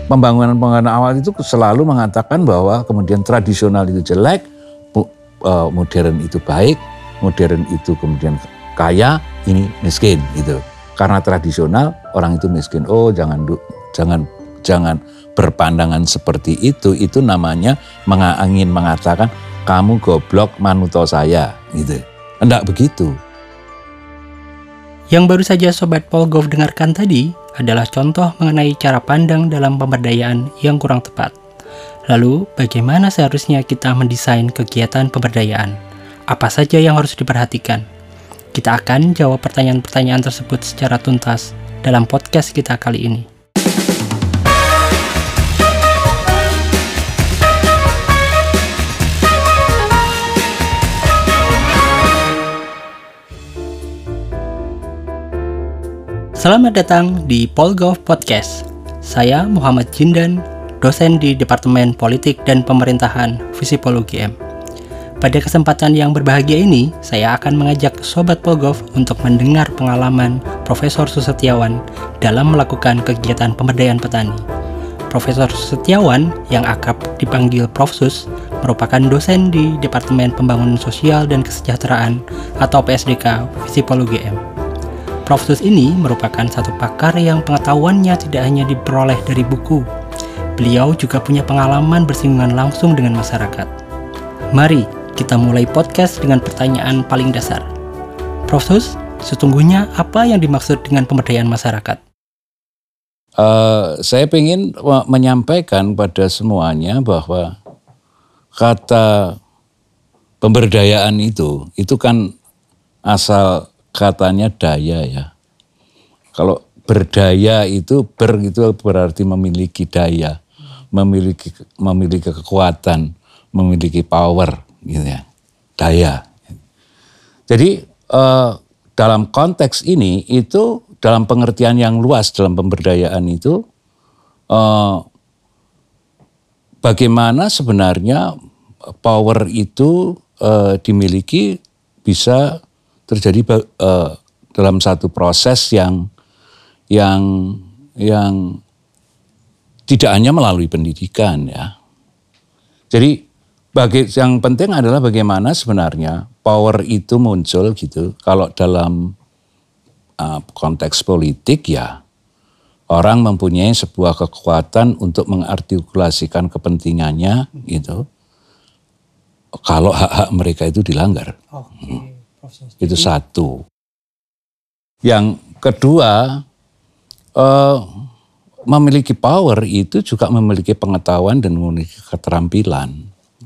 pembangunan awal itu selalu mengatakan bahwa kemudian tradisional itu jelek, modern itu baik, modern itu kemudian kaya, ini miskin gitu. Karena tradisional orang itu miskin. Oh, jangan berpandangan seperti itu namanya ingin mengatakan kamu goblok manuto saya gitu. Enggak begitu. Yang baru saja Sobat Polgov dengarkan tadi adalah contoh mengenai cara pandang dalam pemberdayaan yang kurang tepat. Lalu, bagaimana seharusnya kita mendesain kegiatan pemberdayaan? Apa saja yang harus diperhatikan? Kita akan jawab pertanyaan-pertanyaan tersebut secara tuntas dalam podcast kita kali ini. Selamat datang di Polgov Podcast. Saya Muhammad Jindan, dosen di Departemen Politik dan Pemerintahan Visipol UGM. Pada kesempatan yang berbahagia ini, saya akan mengajak Sobat Polgov untuk mendengar pengalaman Profesor Susetyawan dalam melakukan kegiatan pemberdayaan petani. Profesor Susetyawan, yang akrab dipanggil Prof. Sus, merupakan dosen di Departemen Pembangunan Sosial dan Kesejahteraan atau PSDK Visipol UGM. Prof. Sus ini merupakan satu pakar yang pengetahuannya tidak hanya diperoleh dari buku. Beliau juga punya pengalaman bersinggungan langsung dengan masyarakat. Mari kita mulai podcast dengan pertanyaan paling dasar. Prof. Sus, sesungguhnya apa yang dimaksud dengan pemberdayaan masyarakat? Saya ingin menyampaikan pada semuanya bahwa kata pemberdayaan itu kan asal katanya daya ya. Kalau berdaya itu itu berarti memiliki daya, memiliki kekuatan, memiliki power gitu ya. Daya. Jadi dalam konteks ini itu dalam pengertian yang luas dalam pemberdayaan itu bagaimana sebenarnya power itu dimiliki bisa terjadi dalam satu proses yang tidak hanya melalui pendidikan ya. Jadi yang penting adalah bagaimana sebenarnya power itu muncul gitu. Kalau dalam konteks politik ya orang mempunyai sebuah kekuatan untuk mengartikulasikan kepentingannya gitu. Kalau hak-hak mereka itu dilanggar. Itu satu. Yang kedua, memiliki power itu juga memiliki pengetahuan dan memiliki keterampilan.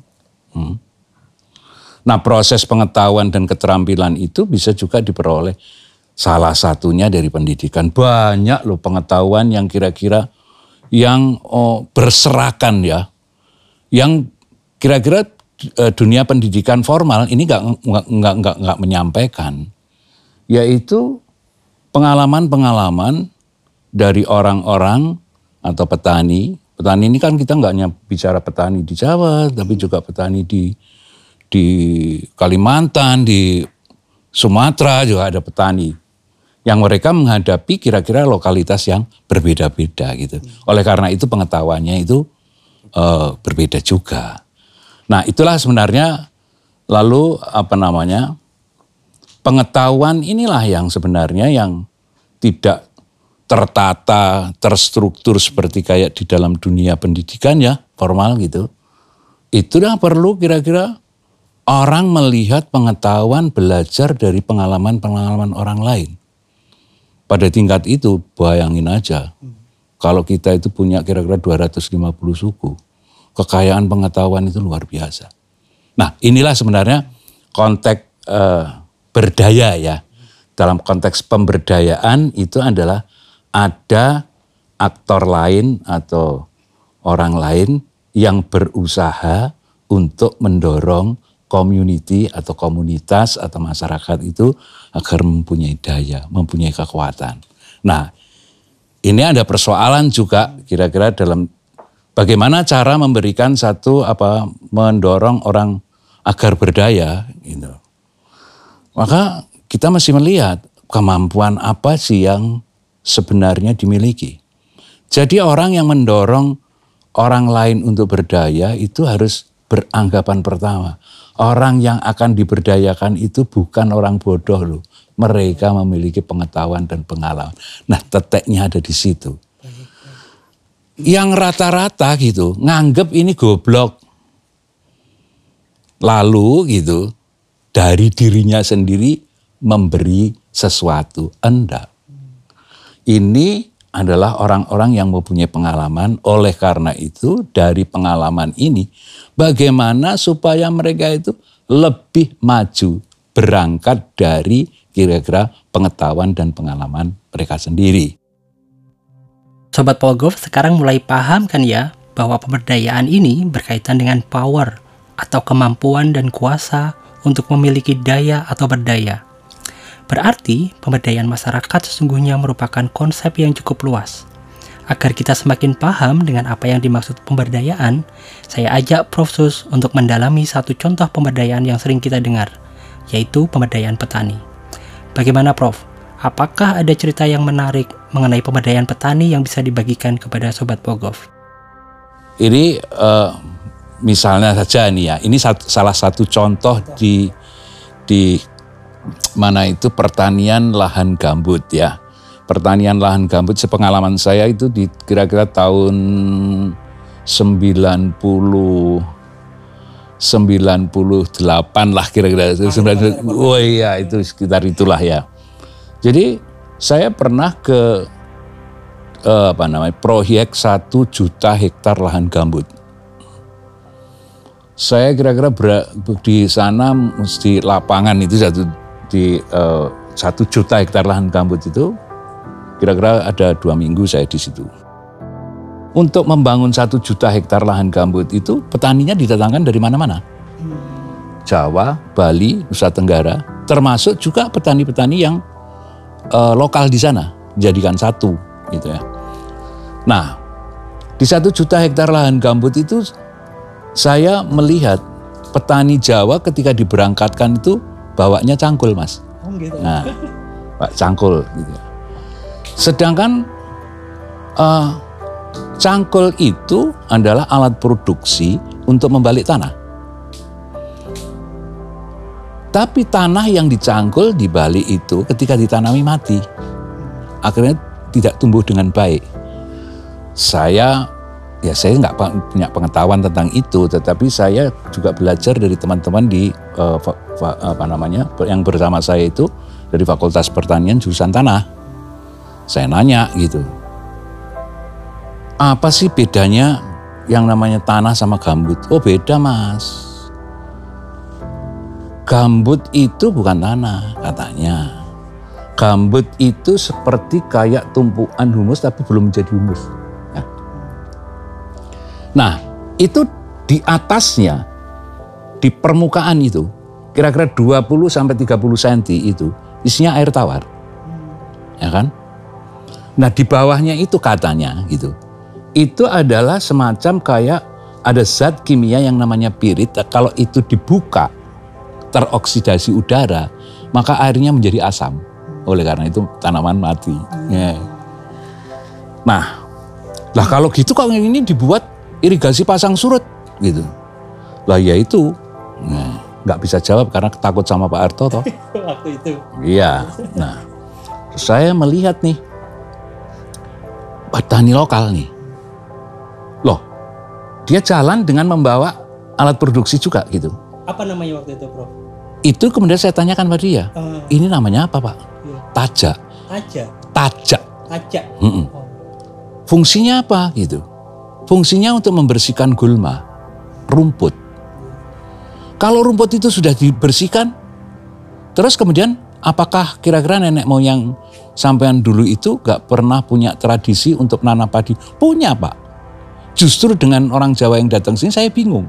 Nah, proses pengetahuan dan keterampilan itu bisa juga diperoleh salah satunya dari pendidikan. Banyak loh pengetahuan yang kira-kira yang berserakan ya. Yang kira-kira dunia pendidikan formal ini nggak menyampaikan, yaitu pengalaman-pengalaman dari orang-orang atau petani. Petani ini kan kita nggak hanya bicara petani di Jawa, tapi juga petani di Kalimantan, di Sumatera juga ada petani. Yang mereka menghadapi kira-kira lokalitas yang berbeda-beda gitu. Oleh karena itu pengetahuannya itu berbeda juga. Nah, itulah sebenarnya lalu pengetahuan inilah yang sebenarnya yang tidak tertata, terstruktur seperti kayak di dalam dunia pendidikan ya, formal gitu. Itulah perlu kira-kira orang melihat pengetahuan, belajar dari pengalaman-pengalaman orang lain. Pada tingkat itu, bayangin aja, kalau kita itu punya kira-kira 250 suku, kekayaan pengetahuan itu luar biasa. Nah, inilah sebenarnya konteks berdaya ya. Dalam konteks pemberdayaan itu adalah ada aktor lain atau orang lain yang berusaha untuk mendorong community atau komunitas atau masyarakat itu agar mempunyai daya, mempunyai kekuatan. Nah, ini ada persoalan juga kira-kira dalam bagaimana cara memberikan mendorong orang agar berdaya gitu. Maka kita masih melihat kemampuan apa sih yang sebenarnya dimiliki. Jadi orang yang mendorong orang lain untuk berdaya itu harus beranggapan pertama. Orang yang akan diberdayakan itu bukan orang bodoh loh. Mereka memiliki pengetahuan dan pengalaman. Nah, teteknya ada di situ. Yang rata-rata gitu nganggep ini goblok. Lalu gitu dari dirinya sendiri memberi sesuatu. Enggak. Ini adalah orang-orang yang mempunyai pengalaman. Oleh karena itu dari pengalaman ini bagaimana supaya mereka itu lebih maju berangkat dari kira-kira pengetahuan dan pengalaman mereka sendiri. Sobat Polgov sekarang mulai paham kan ya bahwa pemberdayaan ini berkaitan dengan power atau kemampuan dan kuasa untuk memiliki daya atau berdaya. Berarti pemberdayaan masyarakat sesungguhnya merupakan konsep yang cukup luas. Agar kita semakin paham dengan apa yang dimaksud pemberdayaan, saya ajak Prof. Sus untuk mendalami satu contoh pemberdayaan yang sering kita dengar, yaitu pemberdayaan petani. Bagaimana Prof? Apakah ada cerita yang menarik mengenai pemberdayaan petani yang bisa dibagikan kepada Sobat Polgov? Ini misalnya saja nih ya, ini salah satu contoh di mana itu pertanian lahan gambut ya. Pertanian lahan gambut sepengalaman saya itu di kira-kira tahun 98 lah kira-kira. Oh iya itu sekitar itulah ya. Jadi saya pernah ke proyek 1 juta hektar lahan gambut. Saya kira-kira di sana mesti lapangan itu 1 juta hektar lahan gambut itu kira-kira ada 2 minggu saya di situ. Untuk membangun 1 juta hektar lahan gambut itu petaninya didatangkan dari mana-mana. Jawa, Bali, Nusa Tenggara, termasuk juga petani-petani yang lokal di sana, dijadikan satu gitu ya. Nah, di 1 juta hektar lahan gambut itu saya melihat petani Jawa ketika diberangkatkan itu bawanya cangkul, Mas. Oh gitu. Nah, Pak cangkul gitu ya. Sedangkan cangkul itu adalah alat produksi untuk membalik tanah. Tapi tanah yang dicangkul dibalik itu ketika ditanami mati. Akhirnya tidak tumbuh dengan baik. Saya nggak punya pengetahuan tentang itu, tetapi saya juga belajar dari teman-teman di yang bersama saya itu dari Fakultas Pertanian jurusan Tanah. Saya nanya gitu, apa sih bedanya yang namanya tanah sama gambut? Oh beda Mas. Gambut itu bukan tanah katanya. Gambut itu seperti kayak tumpuan humus tapi belum menjadi humus. Ya. Nah itu di atasnya, di permukaan itu, kira-kira 20-30 cm itu isinya air tawar. Ya kan? Nah di bawahnya itu katanya gitu. Itu adalah semacam kayak ada zat kimia yang namanya pirit. Kalau itu dibuka, teroksidasi udara, maka airnya menjadi asam. Oleh karena itu tanaman mati. Ya. Nah, lah kalau gitu kalau ini dibuat irigasi pasang surut gitu. Lah ya itu, nggak bisa jawab karena takut sama Pak Harto toh. Waktu itu. Iya. Nah, saya melihat nih petani lokal nih. Loh, dia jalan dengan membawa alat produksi juga gitu. Apa namanya waktu itu, Prof? Itu kemudian saya tanyakan pada dia, ini namanya apa Pak? Iya. Tajak. Tajak. Oh. Fungsinya apa gitu? Fungsinya untuk membersihkan gulma, rumput. Kalau rumput itu sudah dibersihkan, terus kemudian apakah kira-kira nenek moyang sampean dulu itu gak pernah punya tradisi untuk nanam padi? Punya Pak. Justru dengan orang Jawa yang datang sini saya bingung.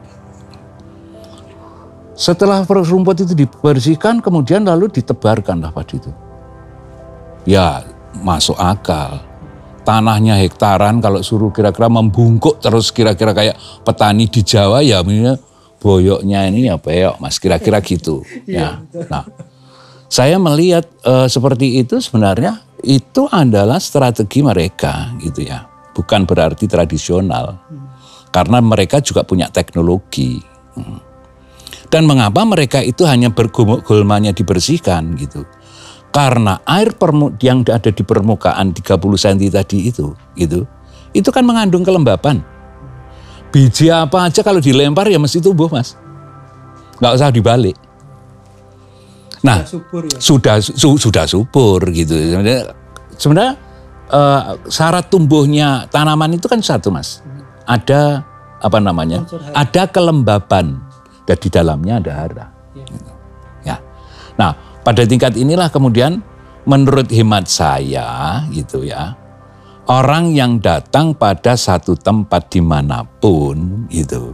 Setelah rumput itu dibersihkan, kemudian lalu ditebarkanlah padi itu. Ya, masuk akal. Tanahnya hektaran, kalau suruh kira-kira membungkuk terus kira-kira kayak petani di Jawa, ya misalnya boyoknya ini ya peyok, Mas, kira-kira gitu. Ya. Nah, saya melihat seperti itu sebenarnya itu adalah strategi mereka, gitu ya. bukan berarti tradisional. Karena mereka juga punya teknologi. Dan mengapa mereka itu hanya gulmanya dibersihkan gitu? Karena air yang ada di permukaan 30 cm tadi itu kan mengandung kelembapan. Biji apa aja kalau dilempar ya mesti tumbuh, Mas. Nggak usah dibalik. Nah, sudah subur gitu. Sebenarnya syarat tumbuhnya tanaman itu kan satu, Mas. Ada ada kelembaban dan di dalamnya ada hara. Ya. Nah, pada tingkat inilah kemudian menurut hemat saya gitu ya, orang yang datang pada satu tempat dimanapun itu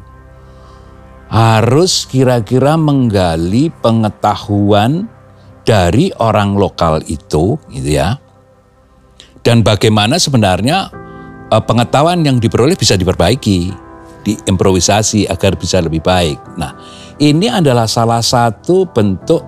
harus kira-kira menggali pengetahuan dari orang lokal itu gitu ya. Dan bagaimana sebenarnya pengetahuan yang diperoleh bisa diperbaiki, diimprovisasi agar bisa lebih baik. Nah, ini adalah salah satu bentuk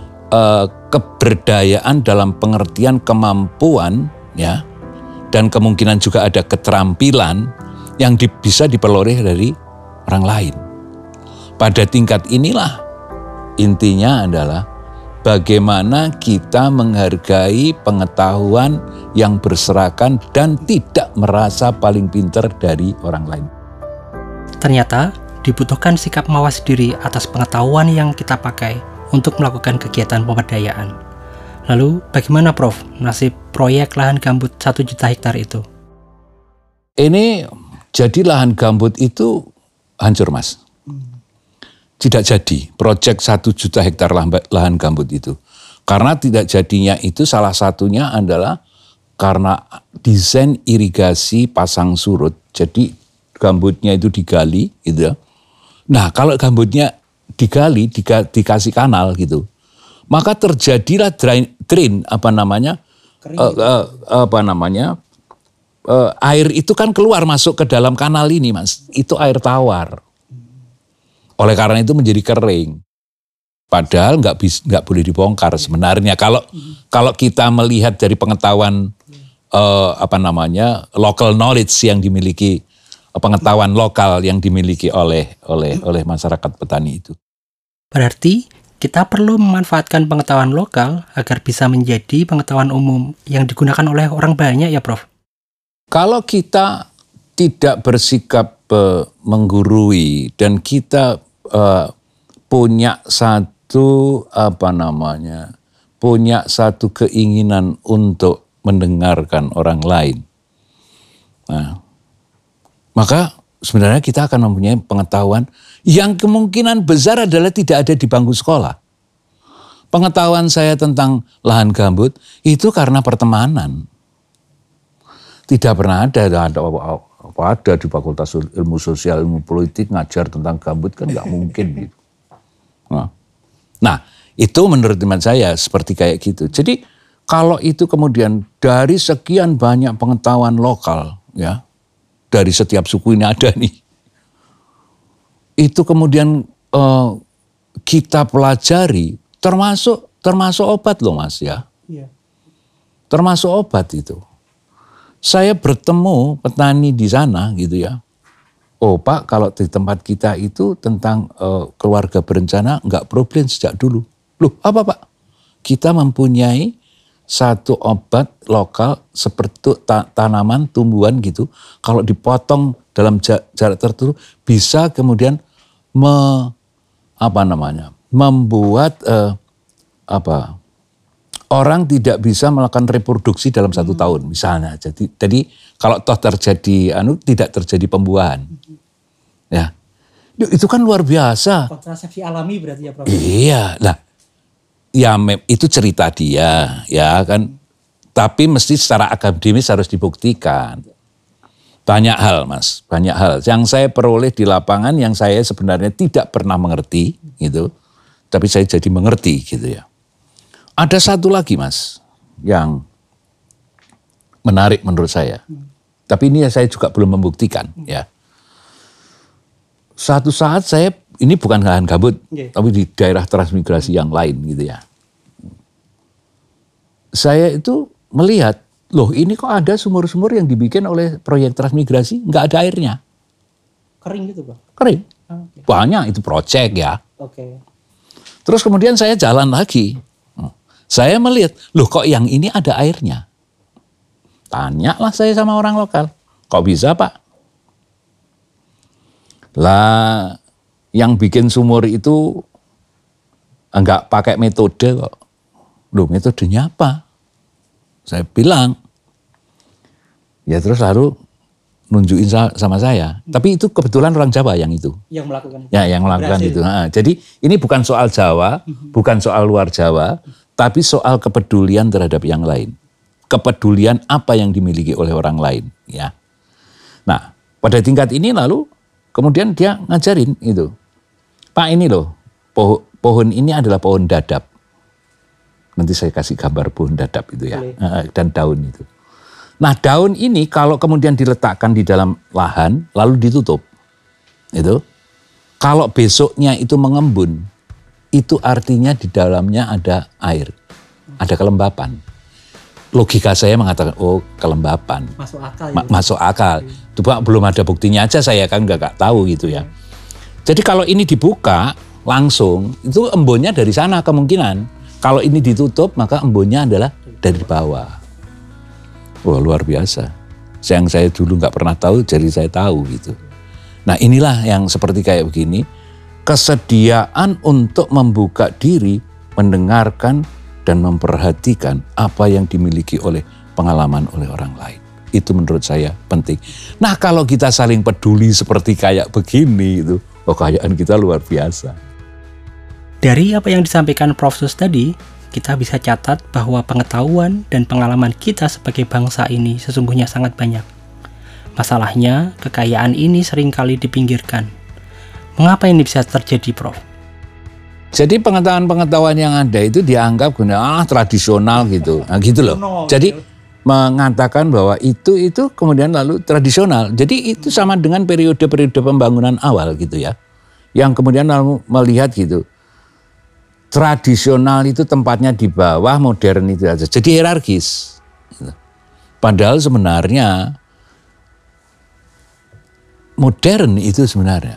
keberdayaan dalam pengertian kemampuan ya, dan kemungkinan juga ada keterampilan yang bisa diperoleh dari orang lain. Pada tingkat inilah intinya adalah bagaimana kita menghargai pengetahuan yang berserakan dan tidak merasa paling pintar dari orang lain. Ternyata dibutuhkan sikap mawas diri atas pengetahuan yang kita pakai untuk melakukan kegiatan pemberdayaan. Lalu bagaimana Prof nasib proyek lahan gambut 1 juta hektar itu? Ini jadi lahan gambut itu hancur, Mas. Tidak jadi proyek 1 juta hektar lahan gambut itu. Karena tidak jadinya itu salah satunya adalah karena desain irigasi pasang surut. Jadi gambutnya itu digali gitu ya. Nah, kalau gambutnya digali, dikasih kanal gitu, maka terjadilah drain air itu kan keluar masuk ke dalam kanal ini, Mas. Itu air tawar. Oleh karena itu menjadi kering. Padahal nggak boleh dibongkar sebenarnya. Kalau kita melihat dari pengetahuan local knowledge yang dimiliki, pengetahuan lokal yang dimiliki oleh masyarakat petani itu. Berarti kita perlu memanfaatkan pengetahuan lokal agar bisa menjadi pengetahuan umum yang digunakan oleh orang banyak ya, Prof? Kalau kita tidak bersikap menggurui dan kita punya satu keinginan untuk mendengarkan orang lain, nah, maka sebenarnya kita akan mempunyai pengetahuan yang kemungkinan besar adalah tidak ada di bangku sekolah. Pengetahuan saya tentang lahan gambut itu karena pertemanan. Tidak pernah ada di Fakultas Ilmu Sosial, Ilmu Politik ngajar tentang gambut kan nggak mungkin gitu. Nah, itu menurut teman saya seperti kayak gitu. Jadi kalau itu kemudian dari sekian banyak pengetahuan lokal ya, dari setiap suku ini ada nih, itu kemudian kita pelajari, termasuk obat loh, Mas ya. Iya. Termasuk obat itu. Saya bertemu petani di sana gitu ya. Oh Pak, kalau di tempat kita itu tentang keluarga berencana nggak problem sejak dulu. Loh apa Pak? Kita mempunyai satu obat lokal seperti tanaman, tumbuhan gitu. Kalau dipotong dalam jarak tertentu bisa kemudian membuat orang tidak bisa melakukan reproduksi dalam 1 tahun misalnya. Jadi kalau toh terjadi tidak terjadi pembuahan. Ya. Itu kan luar biasa. Kontrasepsi alami berarti ya Prof. Iya. Nah, ya itu cerita dia ya kan. Tapi mesti secara akademis harus dibuktikan. Banyak hal, Mas, banyak hal yang saya peroleh di lapangan yang saya sebenarnya tidak pernah mengerti gitu. Tapi saya jadi mengerti gitu ya. Ada satu lagi, Mas, yang menarik menurut saya. Tapi ini saya juga belum membuktikan ya. Suatu saat ini bukan lahan gambut, tapi di daerah transmigrasi yang lain gitu ya. Saya itu melihat loh ini kok ada sumur-sumur yang dibikin oleh proyek transmigrasi, nggak ada airnya. Kering gitu Pak? Kering. Okay. Banyak itu proyek ya. Oke. Terus kemudian saya jalan lagi. Saya melihat, loh kok yang ini ada airnya? Tanyalah saya sama orang lokal. Kok bisa Pak? Lah yang bikin sumur itu enggak pakai metode kok. Loh metodenya apa? Saya bilang. Ya terus lalu nunjukin sama saya. Tapi itu kebetulan orang Jawa yang itu. Yang melakukan itu. Ya, yang melakukan itu. Nah, jadi ini bukan soal Jawa, bukan soal luar Jawa, tapi soal kepedulian terhadap yang lain. Kepedulian apa yang dimiliki oleh orang lain. Ya. Nah, pada tingkat ini lalu kemudian dia ngajarin itu. Pak ini loh, pohon ini adalah pohon dadap. Nanti saya kasih gambar pohon dadap itu ya. Dan daun itu. Nah daun ini kalau kemudian diletakkan di dalam lahan lalu ditutup. Itu. Kalau besoknya itu mengembun, itu artinya di dalamnya ada air. Ada kelembapan. Logika saya mengatakan, oh kelembapan. Masuk akal. Ya? Masuk akal. Itu belum ada buktinya aja saya kan nggak tahu gitu ya. Jadi kalau ini dibuka langsung, itu embunnya dari sana kemungkinan. Kalau ini ditutup maka embunnya adalah dari bawah. Wah luar biasa. Yang saya dulu nggak pernah tahu, jadi saya tahu gitu. Nah inilah yang seperti kayak begini. Kesediaan untuk membuka diri, mendengarkan dan memperhatikan apa yang dimiliki oleh pengalaman oleh orang lain. Itu menurut saya penting. Nah kalau kita saling peduli seperti kayak begini itu, kekayaan kita luar biasa. Dari apa yang disampaikan Prof. Sus tadi, kita bisa catat bahwa pengetahuan dan pengalaman kita sebagai bangsa ini sesungguhnya sangat banyak. Masalahnya, kekayaan ini seringkali dipinggirkan. Mengapa ini bisa terjadi, Prof? Jadi pengetahuan-pengetahuan yang ada itu dianggap tradisional gitu. Nah gitu loh. Jadi mengatakan bahwa itu kemudian lalu tradisional. Jadi itu sama dengan periode-periode pembangunan awal gitu ya. Yang kemudian lalu melihat gitu. Tradisional itu tempatnya di bawah, modern itu aja. Jadi hierarkis. Padahal sebenarnya modern itu sebenarnya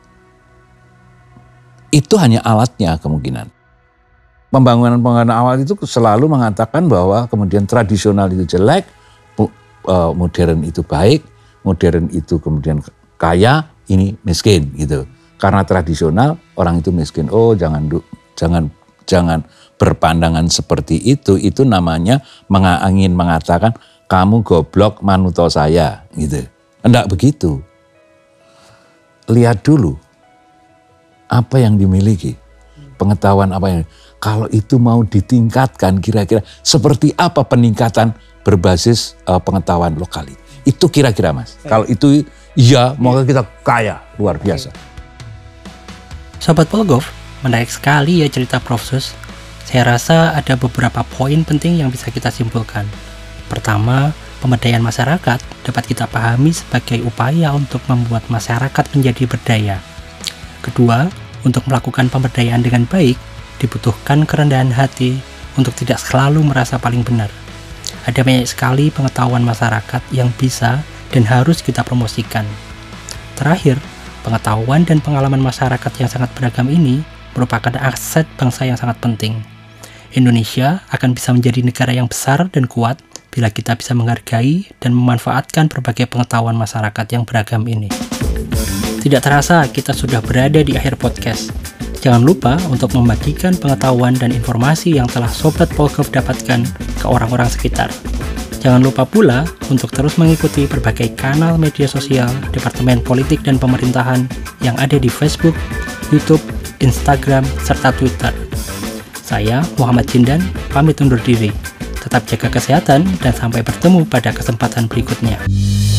itu hanya alatnya kemungkinan. Pembangunan awal itu selalu mengatakan bahwa kemudian tradisional itu jelek, modern itu baik, modern itu kemudian kaya, ini miskin gitu. Karena tradisional orang itu miskin. Oh jangan berpandangan seperti itu namanya ingin mengatakan kamu goblok manuto saya gitu. Enggak begitu. Lihat dulu apa yang dimiliki, pengetahuan apa yang, kalau itu mau ditingkatkan kira-kira seperti apa peningkatan berbasis pengetahuan lokal itu kira-kira Mas. Kalau itu iya, maka kita kaya luar biasa. Sobat Polgov, menarik sekali ya cerita Prof. Sus. Saya rasa ada beberapa poin penting yang bisa kita simpulkan. Pertama, pemberdayaan masyarakat dapat kita pahami sebagai upaya untuk membuat masyarakat menjadi berdaya. Kedua, untuk melakukan pemberdayaan dengan baik, dibutuhkan kerendahan hati untuk tidak selalu merasa paling benar. Ada banyak sekali pengetahuan masyarakat yang bisa dan harus kita promosikan. Terakhir, pengetahuan dan pengalaman masyarakat yang sangat beragam ini merupakan aset bangsa yang sangat penting. Indonesia akan bisa menjadi negara yang besar dan kuat bila kita bisa menghargai dan memanfaatkan berbagai pengetahuan masyarakat yang beragam ini. Tidak terasa kita sudah berada di akhir podcast. Jangan lupa untuk membagikan pengetahuan dan informasi yang telah Sobat Polgov dapatkan ke orang-orang sekitar. Jangan lupa pula untuk terus mengikuti berbagai kanal media sosial Departemen Politik dan Pemerintahan yang ada di Facebook, YouTube, Instagram, serta Twitter. Saya Muhammad Jindan, pamit undur diri. Tetap jaga kesehatan dan sampai bertemu pada kesempatan berikutnya.